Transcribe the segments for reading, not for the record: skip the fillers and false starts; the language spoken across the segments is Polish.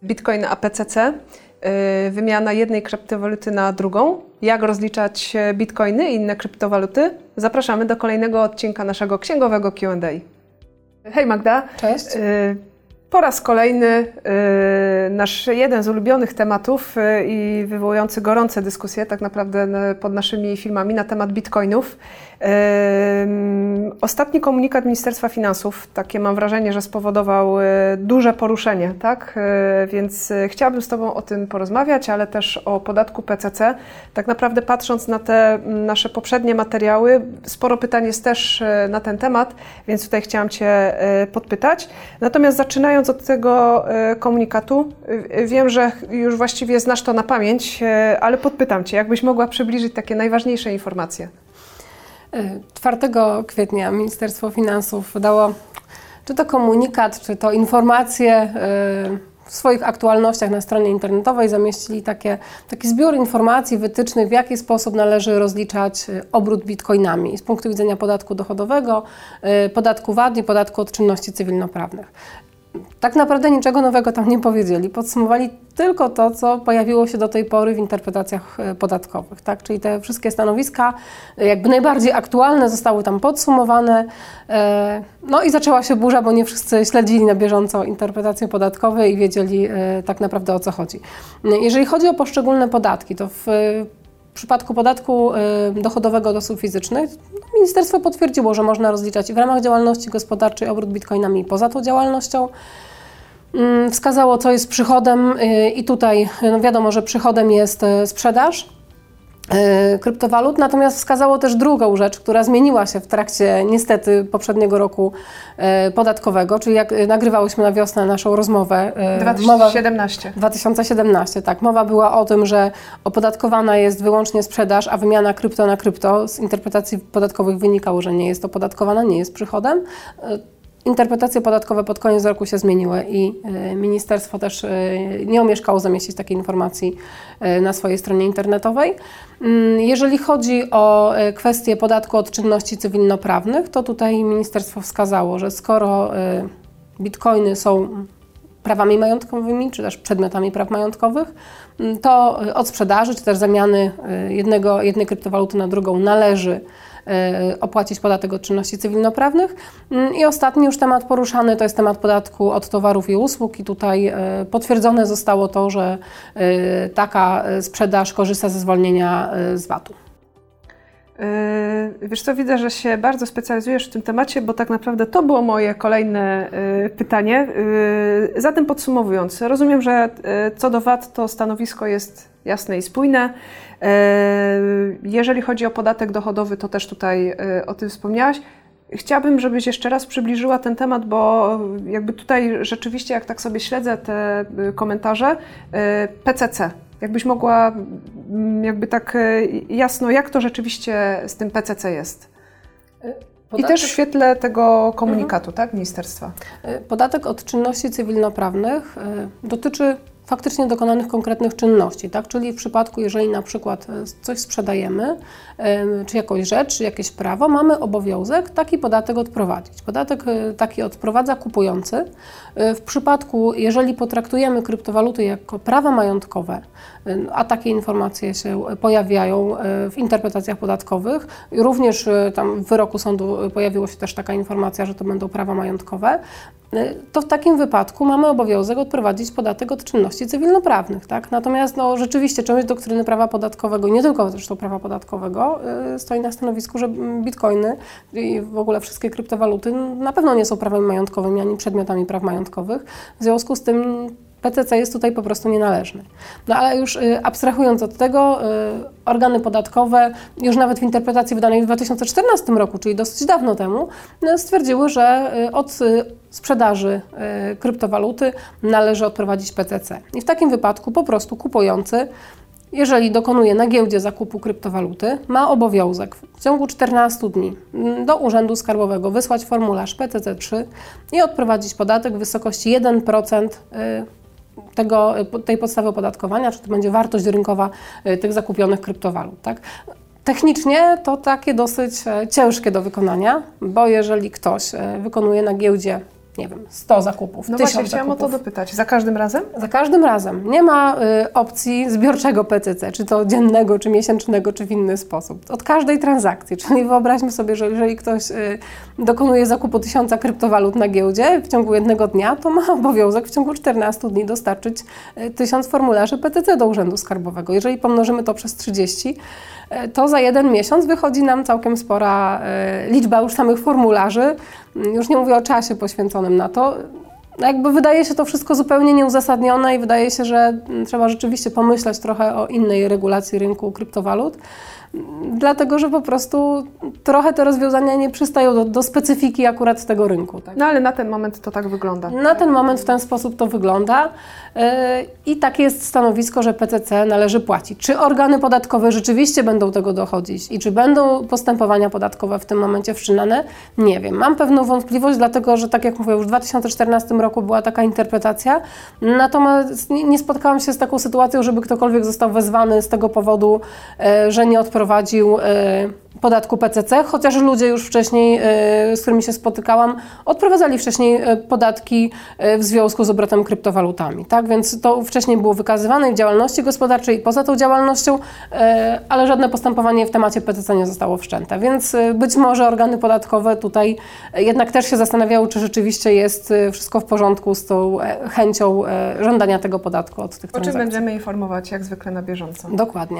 Bitcoin a PCC, wymiana jednej kryptowaluty na drugą. Jak rozliczać bitcoiny i inne kryptowaluty? Zapraszamy do kolejnego odcinka naszego księgowego Q&A. Hej Magda. Cześć. Po raz kolejny nasz jeden z ulubionych tematów i wywołujący gorące dyskusje tak naprawdę pod naszymi filmami na temat bitcoinów. Ostatni komunikat Ministerstwa Finansów, takie mam wrażenie, że spowodował duże poruszenie, tak? Więc chciałabym z Tobą o tym porozmawiać, ale też o podatku PCC. Tak naprawdę patrząc na te nasze poprzednie materiały, sporo pytań jest też na ten temat, więc tutaj chciałam Cię podpytać. Natomiast zaczynając od tego komunikatu, wiem, że już właściwie znasz to na pamięć, ale podpytam Cię, jakbyś mogła przybliżyć takie najważniejsze informacje. 4 kwietnia Ministerstwo Finansów dało czy to komunikat, czy to informacje w swoich aktualnościach na stronie internetowej. Zamieścili taki zbiór informacji, wytycznych, w jaki sposób należy rozliczać obrót bitcoinami z punktu widzenia podatku dochodowego, podatku VAT i podatku od czynności cywilnoprawnych. Tak naprawdę niczego nowego tam nie powiedzieli. Podsumowali tylko to, co pojawiło się do tej pory w interpretacjach podatkowych, tak? Czyli te wszystkie stanowiska jakby najbardziej aktualne zostały tam podsumowane. No i zaczęła się burza, bo nie wszyscy śledzili na bieżąco interpretacje podatkowe i wiedzieli tak naprawdę, o co chodzi. Jeżeli chodzi o poszczególne podatki, to w przypadku podatku dochodowego od osób fizycznych ministerstwo potwierdziło, że można rozliczać w ramach działalności gospodarczej obrót bitcoinami poza tą działalnością. Wskazało, co jest przychodem i tutaj wiadomo, że przychodem jest sprzedaż kryptowalut, natomiast wskazało też drugą rzecz, która zmieniła się w trakcie niestety poprzedniego roku podatkowego, czyli jak nagrywałyśmy na wiosnę naszą rozmowę. 2017, tak. Mowa była o tym, że opodatkowana jest wyłącznie sprzedaż, a wymiana krypto na krypto. Z interpretacji podatkowych wynikało, że nie jest opodatkowana, nie jest przychodem. Interpretacje podatkowe pod koniec roku się zmieniły i ministerstwo też nie omieszkało zamieścić takiej informacji na swojej stronie internetowej. Jeżeli chodzi o kwestię podatku od czynności cywilnoprawnych, to tutaj ministerstwo wskazało, że skoro bitcoiny są prawami majątkowymi, czy też przedmiotami praw majątkowych, to od sprzedaży, czy też zamiany jednej kryptowaluty na drugą należy opłacić podatek od czynności cywilnoprawnych. I ostatni już temat poruszany to jest temat podatku od towarów i usług i tutaj potwierdzone zostało to, że taka sprzedaż korzysta ze zwolnienia z VAT-u. Wiesz co, widzę, że się bardzo specjalizujesz w tym temacie, bo tak naprawdę to było moje kolejne pytanie. Zatem podsumowując, rozumiem, że co do VAT to stanowisko jest jasne i spójne. Jeżeli chodzi o podatek dochodowy, to też tutaj o tym wspomniałaś. Chciałabym, żebyś jeszcze raz przybliżyła ten temat, bo jakby tutaj rzeczywiście, jak tak sobie śledzę te komentarze, PCC. Jakbyś mogła jakby tak jasno, jak to rzeczywiście z tym PCC jest? I też w świetle tego komunikatu, tak, ministerstwa. Podatek od czynności cywilnoprawnych dotyczy faktycznie dokonanych konkretnych czynności, tak? Czyli w przypadku, jeżeli na przykład coś sprzedajemy, czy jakąś rzecz, czy jakieś prawo, mamy obowiązek taki podatek odprowadzić. Podatek taki odprowadza kupujący. W przypadku, jeżeli potraktujemy kryptowaluty jako prawa majątkowe, a takie informacje się pojawiają w interpretacjach podatkowych, również tam w wyroku sądu pojawiła się też taka informacja, że to będą prawa majątkowe, to w takim wypadku mamy obowiązek odprowadzić podatek od czynności cywilnoprawnych, tak? Natomiast rzeczywiście część doktryny prawa podatkowego, nie tylko zresztą prawa podatkowego, stoi na stanowisku, że bitcoiny i w ogóle wszystkie kryptowaluty na pewno nie są prawami majątkowymi ani przedmiotami praw majątkowych. W związku z tym PCC jest tutaj po prostu nienależny. No ale już abstrahując od tego, organy podatkowe już nawet w interpretacji wydanej w 2014 roku, czyli dosyć dawno temu, stwierdziły, że od sprzedaży kryptowaluty należy odprowadzić PCC. I w takim wypadku po prostu kupujący, jeżeli dokonuje na giełdzie zakupu kryptowaluty, ma obowiązek w ciągu 14 dni do Urzędu Skarbowego wysłać formularz PCC3 i odprowadzić podatek w wysokości 1% tej podstawy opodatkowania, czy to będzie wartość rynkowa tych zakupionych kryptowalut, tak? Technicznie to takie dosyć ciężkie do wykonania, bo jeżeli ktoś wykonuje na giełdzie nie wiem, 100 zakupów, No 1000 właśnie, chciałam zakupów. o to dopytać. Za każdym razem? Za każdym razem. Nie ma opcji zbiorczego PCC, czy to dziennego, czy miesięcznego, czy w inny sposób. Od każdej transakcji. Czyli wyobraźmy sobie, że jeżeli ktoś dokonuje zakupu 1000 kryptowalut na giełdzie w ciągu jednego dnia, to ma obowiązek w ciągu 14 dni dostarczyć 1000 formularzy PCC do Urzędu Skarbowego. Jeżeli pomnożymy to przez 30, to za jeden miesiąc wychodzi nam całkiem spora liczba już samych formularzy. Już nie mówię o czasie poświęconym na to. Jakby wydaje się to wszystko zupełnie nieuzasadnione i wydaje się, że trzeba rzeczywiście pomyśleć trochę o innej regulacji rynku kryptowalut, dlatego że po prostu trochę te rozwiązania nie przystają do specyfiki akurat tego rynku. Tak? No ale na ten moment to tak wygląda. Na ten moment w ten sposób to wygląda i takie jest stanowisko, że PCC należy płacić. Czy organy podatkowe rzeczywiście będą tego dochodzić i czy będą postępowania podatkowe w tym momencie wszczynane? Nie wiem. Mam pewną wątpliwość, dlatego że tak jak mówię, już w 2014 roku była taka interpretacja, natomiast nie spotkałam się z taką sytuacją, żeby ktokolwiek został wezwany z tego powodu, że nie odprowadził podatku PCC, chociaż ludzie już wcześniej, z którymi się spotykałam, odprowadzali wcześniej podatki w związku z obrotem kryptowalutami. Tak? Więc to wcześniej było wykazywane w działalności gospodarczej i poza tą działalnością, ale żadne postępowanie w temacie PCC nie zostało wszczęte. Więc być może organy podatkowe tutaj jednak też się zastanawiały, czy rzeczywiście jest wszystko w porządku z tą chęcią żądania tego podatku od tych transakcji. O czym będziemy informować jak zwykle na bieżąco. Dokładnie.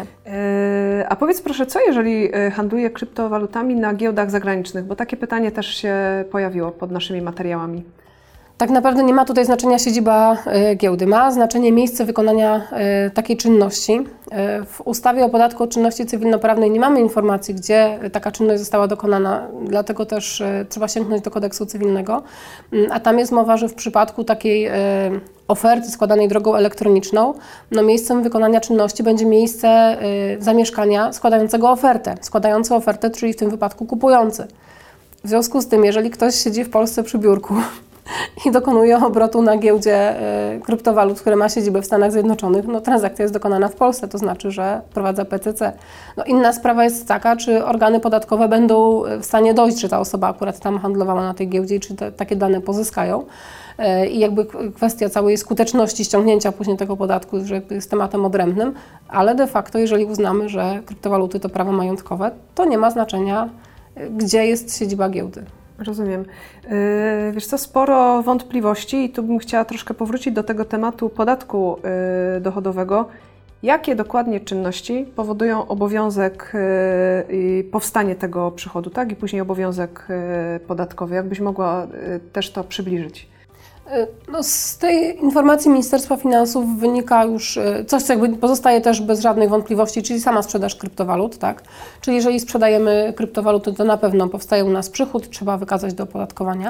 A powiedz proszę, co jeżeli handluje kryptowalutami na giełdach zagranicznych? Bo takie pytanie też się pojawiło pod naszymi materiałami. Tak naprawdę nie ma tutaj znaczenia siedziba giełdy, ma znaczenie miejsce wykonania takiej czynności. W ustawie o podatku od czynności cywilnoprawnej nie mamy informacji, gdzie taka czynność została dokonana, dlatego też trzeba sięgnąć do kodeksu cywilnego, a tam jest mowa, że w przypadku takiej oferty składanej drogą elektroniczną, no miejscem wykonania czynności będzie miejsce zamieszkania składający ofertę, czyli w tym wypadku kupujący. W związku z tym, jeżeli ktoś siedzi w Polsce przy biurku i dokonuje obrotu na giełdzie kryptowalut, które ma siedzibę w Stanach Zjednoczonych, no transakcja jest dokonana w Polsce, to znaczy, że wprowadza PCC. No inna sprawa jest taka, czy organy podatkowe będą w stanie dojść, czy ta osoba akurat tam handlowała na tej giełdzie i czy takie dane pozyskają. I jakby kwestia całej skuteczności ściągnięcia później tego podatku, że jest tematem odrębnym, ale de facto, jeżeli uznamy, że kryptowaluty to prawo majątkowe, to nie ma znaczenia, gdzie jest siedziba giełdy. Rozumiem. Wiesz co, sporo wątpliwości i tu bym chciała troszkę powrócić do tego tematu podatku dochodowego. Jakie dokładnie czynności powodują obowiązek i powstanie tego przychodu, tak? I później obowiązek podatkowy. Jakbyś mogła też to przybliżyć? No, z tej informacji Ministerstwa Finansów wynika już coś, co jakby pozostaje też bez żadnej wątpliwości, czyli sama sprzedaż kryptowalut, tak? Czyli jeżeli sprzedajemy kryptowaluty, to na pewno powstaje u nas przychód, trzeba wykazać do opodatkowania.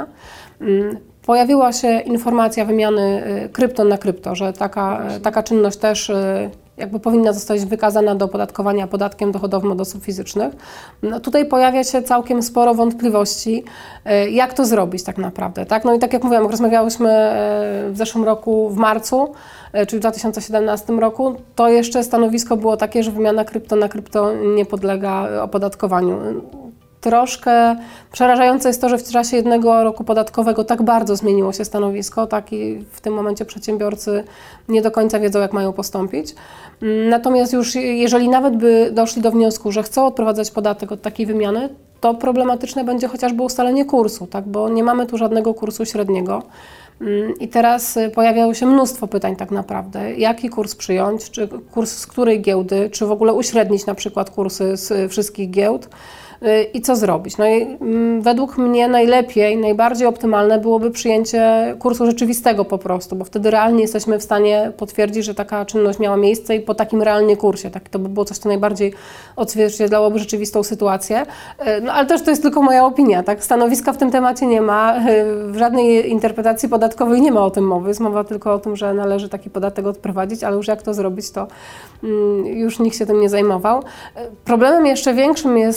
Pojawiła się informacja wymiany krypto na krypto, że taka czynność też jakby powinna zostać wykazana do opodatkowania podatkiem dochodowym od osób fizycznych. No tutaj pojawia się całkiem sporo wątpliwości, jak to zrobić tak naprawdę. Tak? No i tak jak mówiłam, jak rozmawiałyśmy w zeszłym roku w marcu, czyli w 2017 roku, to jeszcze stanowisko było takie, że wymiana krypto na krypto nie podlega opodatkowaniu. Troszkę przerażające jest to, że w czasie jednego roku podatkowego tak bardzo zmieniło się stanowisko, tak i w tym momencie przedsiębiorcy nie do końca wiedzą, jak mają postąpić. Natomiast już jeżeli nawet by doszli do wniosku, że chcą odprowadzać podatek od takiej wymiany, to problematyczne będzie chociażby ustalenie kursu, tak? Bo nie mamy tu żadnego kursu średniego. I teraz pojawiało się mnóstwo pytań tak naprawdę. Jaki kurs przyjąć, czy kurs z której giełdy, czy w ogóle uśrednić na przykład kursy z wszystkich giełd i co zrobić. No i według mnie najlepiej, najbardziej optymalne byłoby przyjęcie kursu rzeczywistego po prostu, bo wtedy realnie jesteśmy w stanie potwierdzić, że taka czynność miała miejsce i po takim realnie kursie. Tak, to by było coś, co najbardziej odzwierciedlałoby rzeczywistą sytuację. No ale też to jest tylko moja opinia, tak? Stanowiska w tym temacie nie ma, w żadnej interpretacji podatkowej nie ma o tym mowy, jest mowa tylko o tym, że należy taki podatek odprowadzić, ale już jak to zrobić, to już nikt się tym nie zajmował. Problemem jeszcze większym jest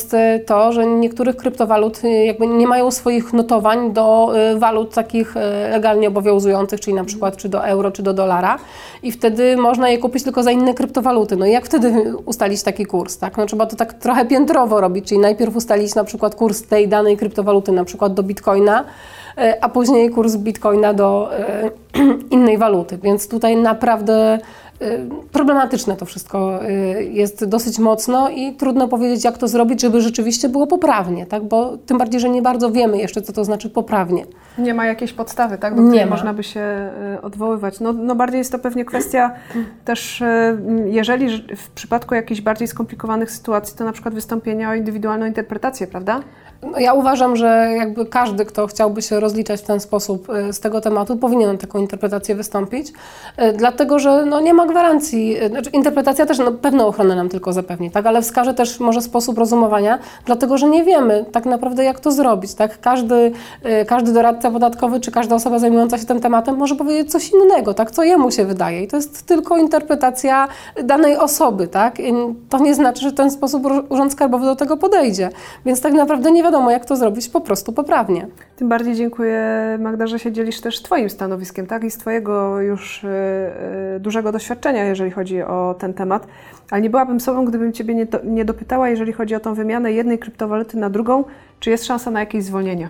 to, że niektórych kryptowalut jakby nie mają swoich notowań do walut takich legalnie obowiązujących, czyli na przykład czy do euro, czy do dolara i wtedy można je kupić tylko za inne kryptowaluty. No i jak wtedy ustalić taki kurs, tak? No trzeba to tak trochę piętrowo robić, czyli najpierw ustalić na przykład kurs tej danej kryptowaluty, na przykład do bitcoina, a później kurs bitcoina do innej waluty, więc tutaj naprawdę problematyczne to wszystko jest dosyć mocno i trudno powiedzieć, jak to zrobić, żeby rzeczywiście było poprawnie, tak? Bo tym bardziej, że nie bardzo wiemy jeszcze, co to znaczy poprawnie. Nie ma jakiejś podstawy, tak? Do której można by się odwoływać. No bardziej jest to pewnie kwestia też, jeżeli w przypadku jakichś bardziej skomplikowanych sytuacji, to na przykład wystąpienia o indywidualną interpretację, prawda? No ja uważam, że jakby każdy, kto chciałby się rozliczać w ten sposób z tego tematu, powinien taką interpretację wystąpić, dlatego że no, nie ma gwarancji. Znaczy, interpretacja też pewną ochronę nam tylko zapewni, tak? Ale wskaże też może sposób rozumowania, dlatego że nie wiemy tak naprawdę, jak to zrobić. Tak? Każdy doradca podatkowy czy każda osoba zajmująca się tym tematem może powiedzieć coś innego, tak? Co jemu się wydaje. I to jest tylko interpretacja danej osoby. Tak? I to nie znaczy, że w ten sposób Urząd Skarbowy do tego podejdzie. Więc tak naprawdę nie wiadomo, jak to zrobić po prostu poprawnie. Tym bardziej dziękuję, Magda, że się dzielisz też Twoim stanowiskiem, tak? I z Twojego już dużego doświadczenia, jeżeli chodzi o ten temat. Ale nie byłabym sobą, gdybym Ciebie nie dopytała, jeżeli chodzi o tą wymianę jednej kryptowaluty na drugą, czy jest szansa na jakieś zwolnienie?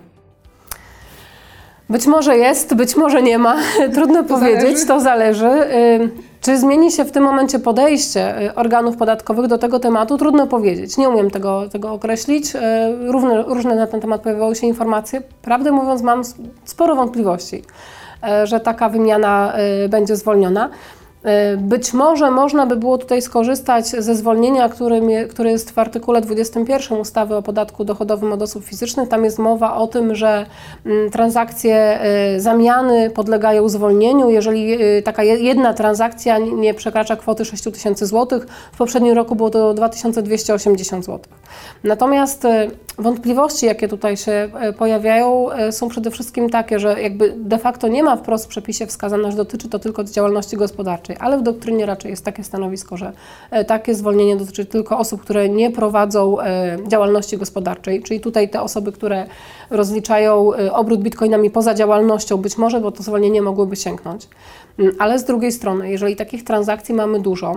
Być może jest, być może nie ma. Trudno powiedzieć, to zależy. Czy zmieni się w tym momencie podejście organów podatkowych do tego tematu? Trudno powiedzieć. Nie umiem tego określić. Różne na ten temat pojawiały się informacje. Prawdę mówiąc, mam sporo wątpliwości, że taka wymiana będzie zwolniona. Być może można by było tutaj skorzystać ze zwolnienia, które jest w artykule 21 ustawy o podatku dochodowym od osób fizycznych. Tam jest mowa o tym, że transakcje zamiany podlegają zwolnieniu, jeżeli taka jedna transakcja nie przekracza kwoty 6 000 zł. W poprzednim roku było to 2280 zł. Natomiast wątpliwości, jakie tutaj się pojawiają, są przede wszystkim takie, że jakby de facto nie ma wprost w przepisie wskazane, że dotyczy to tylko działalności gospodarczej, ale w doktrynie raczej jest takie stanowisko, że takie zwolnienie dotyczy tylko osób, które nie prowadzą działalności gospodarczej, czyli tutaj te osoby, które rozliczają obrót bitcoinami poza działalnością, być może, bo to zwolnienie mogłyby sięgnąć. Ale z drugiej strony, jeżeli takich transakcji mamy dużo,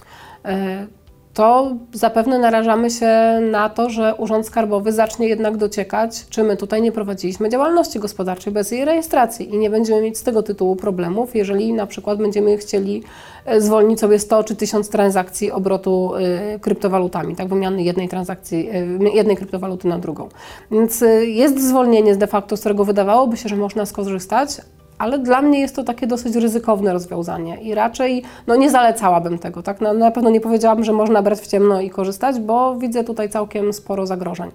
to zapewne narażamy się na to, że Urząd Skarbowy zacznie jednak dociekać, czy my tutaj nie prowadziliśmy działalności gospodarczej bez jej rejestracji i nie będziemy mieć z tego tytułu problemów, jeżeli na przykład będziemy chcieli zwolnić sobie 100 czy 1000 transakcji obrotu kryptowalutami, tak, wymiany jednej kryptowaluty na drugą. Więc jest zwolnienie de facto, z którego wydawałoby się, że można skorzystać, ale dla mnie jest to takie dosyć ryzykowne rozwiązanie i raczej nie zalecałabym tego. Tak? Na pewno nie powiedziałabym, że można brać w ciemno i korzystać, bo widzę tutaj całkiem sporo zagrożeń.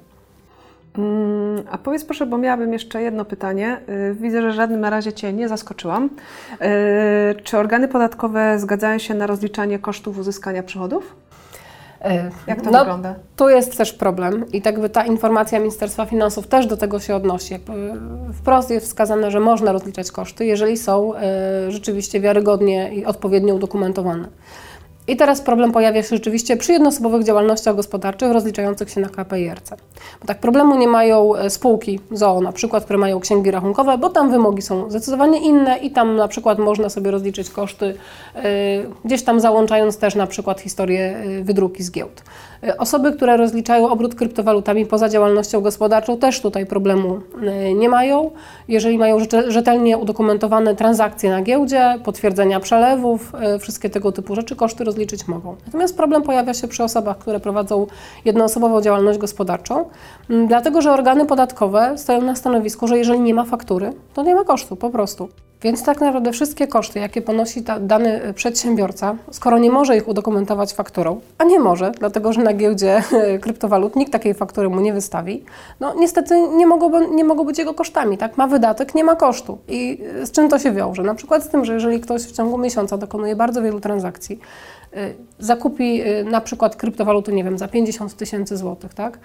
A powiedz proszę, bo miałabym jeszcze jedno pytanie. Widzę, że żadnym na razie Cię nie zaskoczyłam. Czy organy podatkowe zgadzają się na rozliczanie kosztów uzyskania przychodów? Jak to wygląda? Tu jest też problem i ta informacja Ministerstwa Finansów też do tego się odnosi. Wprost jest wskazane, że można rozliczać koszty, jeżeli są rzeczywiście wiarygodnie i odpowiednio udokumentowane. I teraz problem pojawia się rzeczywiście przy jednoosobowych działalnościach gospodarczych rozliczających się na KPI-RC. Bo tak problemu nie mają spółki z o.o. na przykład, które mają księgi rachunkowe, bo tam wymogi są zdecydowanie inne i tam na przykład można sobie rozliczyć koszty, gdzieś tam załączając też na przykład historię wydruki z giełd. Osoby, które rozliczają obrót kryptowalutami poza działalnością gospodarczą, też tutaj problemu nie mają. Jeżeli mają rzetelnie udokumentowane transakcje na giełdzie, potwierdzenia przelewów, wszystkie tego typu rzeczy, koszty rozliczyć mogą. Natomiast problem pojawia się przy osobach, które prowadzą jednoosobową działalność gospodarczą, dlatego że organy podatkowe stoją na stanowisku, że jeżeli nie ma faktury, to nie ma kosztu, po prostu. Więc tak naprawdę wszystkie koszty, jakie ponosi dany przedsiębiorca, skoro nie może ich udokumentować fakturą, a nie może, dlatego że na giełdzie kryptowalut nikt takiej faktury mu nie wystawi, niestety nie mogą być jego kosztami, tak? Ma wydatek, nie ma kosztu. I z czym to się wiąże? Na przykład z tym, że jeżeli ktoś w ciągu miesiąca dokonuje bardzo wielu transakcji, zakupi na przykład kryptowaluty, nie wiem, za 50 000 złotych, tak?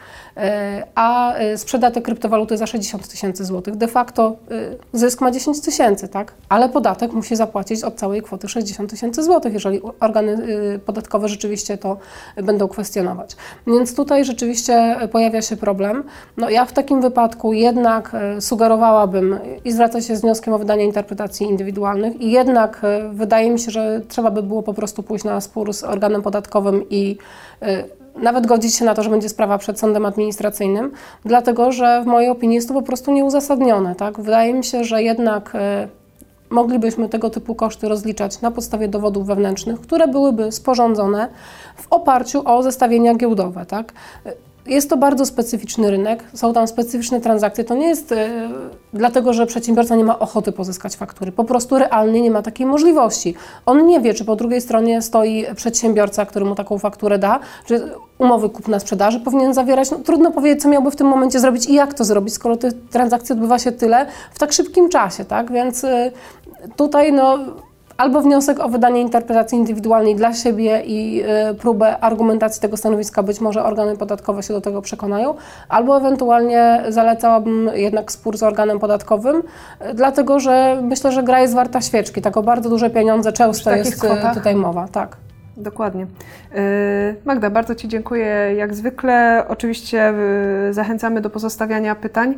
A sprzeda te kryptowaluty za 60 000 złotych, de facto zysk ma 10 000, tak? tak? Ale podatek musi zapłacić od całej kwoty 60 000 złotych, jeżeli organy podatkowe rzeczywiście to będą kwestionować. Więc tutaj rzeczywiście pojawia się problem. No, ja w takim wypadku jednak sugerowałabym i zwracam się z wnioskiem o wydanie interpretacji indywidualnych i jednak wydaje mi się, że trzeba by było po prostu pójść na spór z organem podatkowym i nawet godzić się na to, że będzie sprawa przed sądem administracyjnym, dlatego że w mojej opinii jest to po prostu nieuzasadnione. Tak? Wydaje mi się, że jednak moglibyśmy tego typu koszty rozliczać na podstawie dowodów wewnętrznych, które byłyby sporządzone w oparciu o zestawienia giełdowe. Tak? Jest to bardzo specyficzny rynek, są tam specyficzne transakcje. To nie jest dlatego, że przedsiębiorca nie ma ochoty pozyskać faktury. Po prostu realnie nie ma takiej możliwości. On nie wie, czy po drugiej stronie stoi przedsiębiorca, który mu taką fakturę da, czy umowy kupna-sprzedaży powinien zawierać. No, trudno powiedzieć, co miałby w tym momencie zrobić i jak to zrobić, skoro tych transakcji odbywa się tyle w tak szybkim czasie. Tak? Więc tutaj albo wniosek o wydanie interpretacji indywidualnej dla siebie i próbę argumentacji tego stanowiska, być może organy podatkowe się do tego przekonają, albo ewentualnie zalecałabym jednak spór z organem podatkowym, dlatego że myślę, że gra jest warta świeczki. Tak o bardzo duże pieniądze często jest tutaj mowa. Tak. Dokładnie. Magda, bardzo Ci dziękuję jak zwykle. Oczywiście zachęcamy do pozostawiania pytań.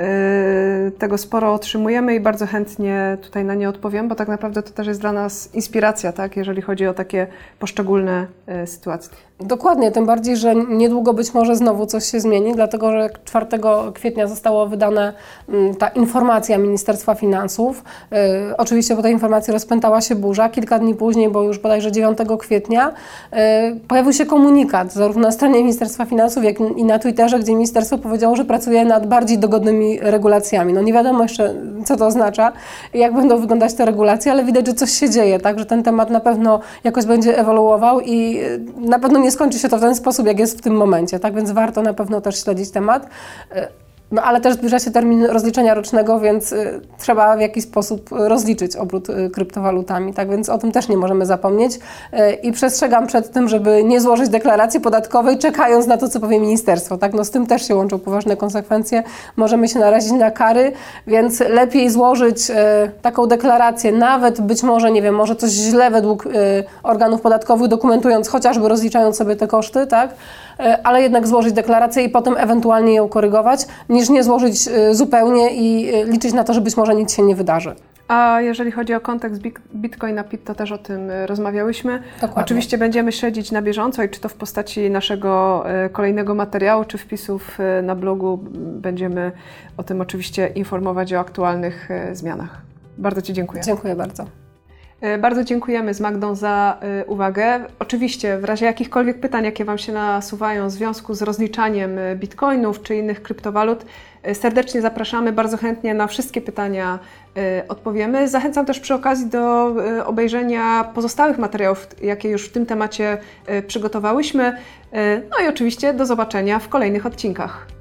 Tego sporo otrzymujemy i bardzo chętnie tutaj na nie odpowiem, bo tak naprawdę to też jest dla nas inspiracja, tak, jeżeli chodzi o takie poszczególne sytuacje. Dokładnie, tym bardziej, że niedługo być może znowu coś się zmieni, dlatego że 4 kwietnia została wydana ta informacja Ministerstwa Finansów. Oczywiście po tej informacji rozpętała się burza. Kilka dni później, bo już bodajże 9 kwietnia, pojawił się komunikat zarówno na stronie Ministerstwa Finansów, jak i na Twitterze, gdzie ministerstwo powiedziało, że pracuje nad bardziej dogodnymi regulacjami. No nie wiadomo jeszcze, co to oznacza, jak będą wyglądać te regulacje, ale widać, że coś się dzieje, tak, że ten temat na pewno jakoś będzie ewoluował i na pewno nie skończy się to w ten sposób, jak jest w tym momencie, tak, więc warto na pewno też śledzić temat. No ale też zbliża się termin rozliczenia rocznego, więc trzeba w jakiś sposób rozliczyć obrót kryptowalutami, tak więc o tym też nie możemy zapomnieć i przestrzegam przed tym, żeby nie złożyć deklaracji podatkowej, czekając na to, co powie ministerstwo, tak, no z tym też się łączą poważne konsekwencje, możemy się narazić na kary, więc lepiej złożyć taką deklarację, nawet być może, nie wiem, może coś źle według organów podatkowych, dokumentując, chociażby rozliczając sobie te koszty, tak, ale jednak złożyć deklarację i potem ewentualnie ją korygować, niż nie złożyć zupełnie i liczyć na to, że być może nic się nie wydarzy. A jeżeli chodzi o kontekst Bitcoin na PIT, to też o tym rozmawiałyśmy. Dokładnie. Oczywiście będziemy śledzić na bieżąco i czy to w postaci naszego kolejnego materiału, czy wpisów na blogu będziemy o tym oczywiście informować o aktualnych zmianach. Bardzo Ci dziękuję. Dziękuję bardzo. Bardzo dziękujemy z Magdą za uwagę. Oczywiście w razie jakichkolwiek pytań, jakie Wam się nasuwają w związku z rozliczaniem bitcoinów czy innych kryptowalut, serdecznie zapraszamy. Bardzo chętnie na wszystkie pytania odpowiemy. Zachęcam też przy okazji do obejrzenia pozostałych materiałów, jakie już w tym temacie przygotowałyśmy. No i oczywiście do zobaczenia w kolejnych odcinkach.